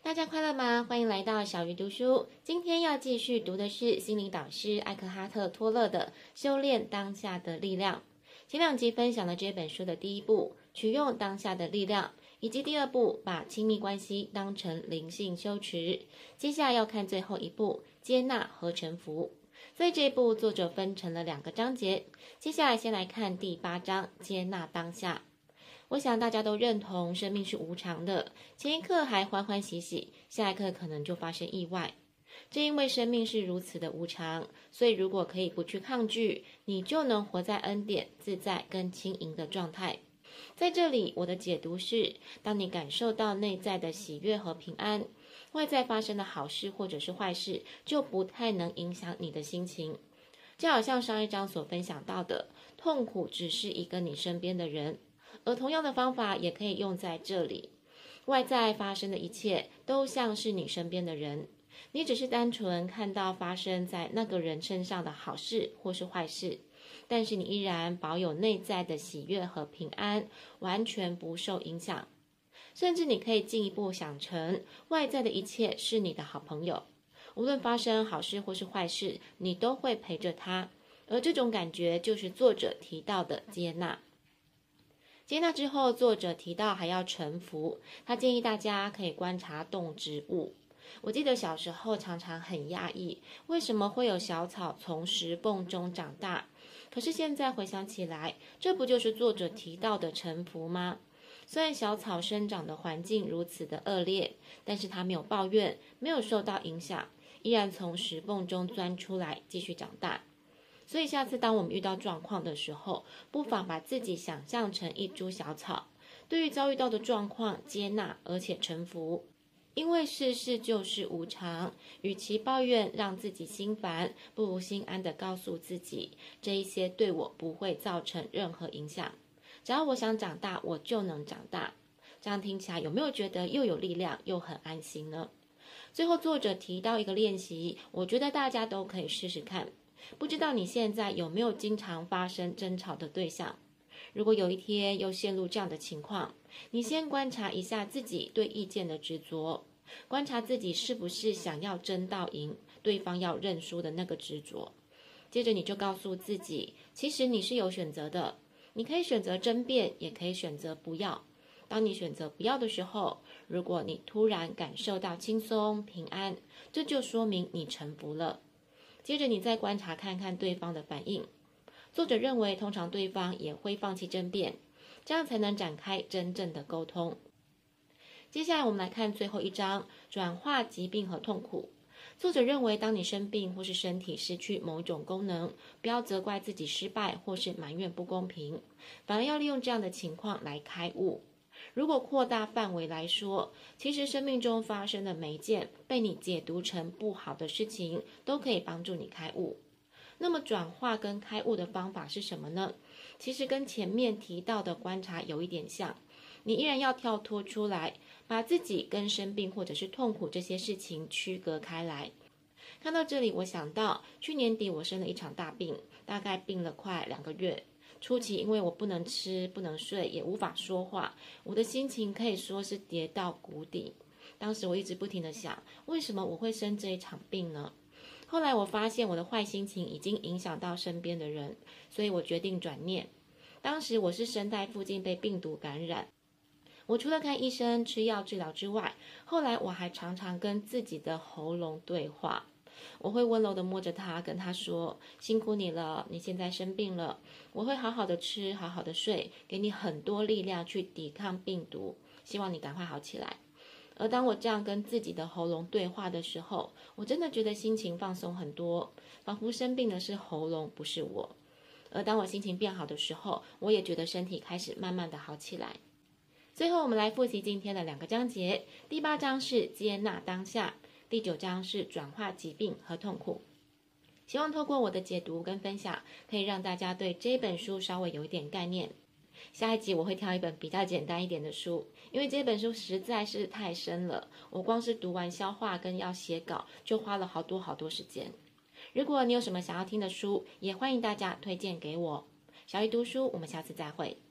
大家快乐吗？欢迎来到小鱼读书。今天要继续读的是心灵导师艾克哈特·托勒的《修炼当下的力量》。前两集分享了这本书的第一部，取用当下的力量，以及第二部，把亲密关系当成灵性修持。接下来要看最后一部，接纳和臣服。所以这一部作者分成了2个章节。接下来先来看第8章，接纳当下。我想大家都认同生命是无常的，前一刻还欢欢喜喜，下一刻可能就发生意外。正因为生命是如此的无常，所以如果可以不去抗拒，你就能活在恩典、自在跟轻盈的状态。在这里，我的解读是，当你感受到内在的喜悦和平安，外在发生的好事或者是坏事，就不太能影响你的心情。就好像上一章所分享到的，痛苦只是一个你身边的人，而同样的方法也可以用在这里。外在发生的一切都像是你身边的人，你只是单纯看到发生在那个人身上的好事或是坏事，但是你依然保有内在的喜悦和平安，完全不受影响。甚至你可以进一步想成，外在的一切是你的好朋友，无论发生好事或是坏事，你都会陪着他。而这种感觉就是作者提到的接纳。接纳之后，作者提到还要臣服，他建议大家可以观察动植物。我记得小时候常常很讶异，为什么会有小草从石缝中长大？可是现在回想起来，这不就是作者提到的臣服吗？虽然小草生长的环境如此的恶劣，但是他没有抱怨，没有受到影响，依然从石缝中钻出来，继续长大。所以下次当我们遇到状况的时候，不妨把自己想象成一株小草，对于遭遇到的状况接纳而且臣服。因为世事就是无常，与其抱怨让自己心烦，不如心安地告诉自己，这一些对我不会造成任何影响。只要我想长大，我就能长大。这样听起来有没有觉得又有力量又很安心呢？最后作者提到一个练习，我觉得大家都可以试试看。不知道你现在有没有经常发生争吵的对象？如果有一天又陷入这样的情况，你先观察一下自己对意见的执着，观察自己是不是想要争到赢，对方要认输的那个执着。接着你就告诉自己，其实你是有选择的，你可以选择争辩，也可以选择不要。当你选择不要的时候，如果你突然感受到轻松平安，这就说明你臣服了。接着你再观察看看对方的反应。作者认为通常对方也会放弃争辩，这样才能展开真正的沟通。接下来我们来看最后一章，转化疾病和痛苦。作者认为当你生病或是身体失去某种功能，不要责怪自己失败或是埋怨不公平，反而要利用这样的情况来开悟。如果扩大范围来说，其实生命中发生的每一件被你解读成不好的事情，都可以帮助你开悟。那么转化跟开悟的方法是什么呢？其实跟前面提到的观察有一点像，你依然要跳脱出来，把自己跟生病或者是痛苦这些事情区隔开来。看到这里，我想到去年底我生了一场大病，大概病了快2个月。初期因为我不能吃不能睡，也无法说话，我的心情可以说是跌到谷底。当时我一直不停地想，为什么我会生这一场病呢？后来我发现我的坏心情已经影响到身边的人，所以我决定转念。当时我是声带附近被病毒感染，我除了看医生吃药治疗之外，后来我还常常跟自己的喉咙对话。我会温柔地摸着它，跟它说，辛苦你了，你现在生病了，我会好好的吃，好好的睡，给你很多力量去抵抗病毒，希望你赶快好起来。而当我这样跟自己的喉咙对话的时候，我真的觉得心情放松很多，仿佛生病的是喉咙，不是我。而当我心情变好的时候，我也觉得身体开始慢慢的好起来。最后我们来复习今天的2个章节，第8章是接纳当下，第9章是转化疾病和痛苦。希望透过我的解读跟分享，可以让大家对这本书稍微有一点概念。下一集我会挑一本比较简单一点的书，因为这本书实在是太深了，我光是读完消化跟要写稿就花了好多时间。如果你有什么想要听的书，也欢迎大家推荐给我。小鱼读书，我们下次再会。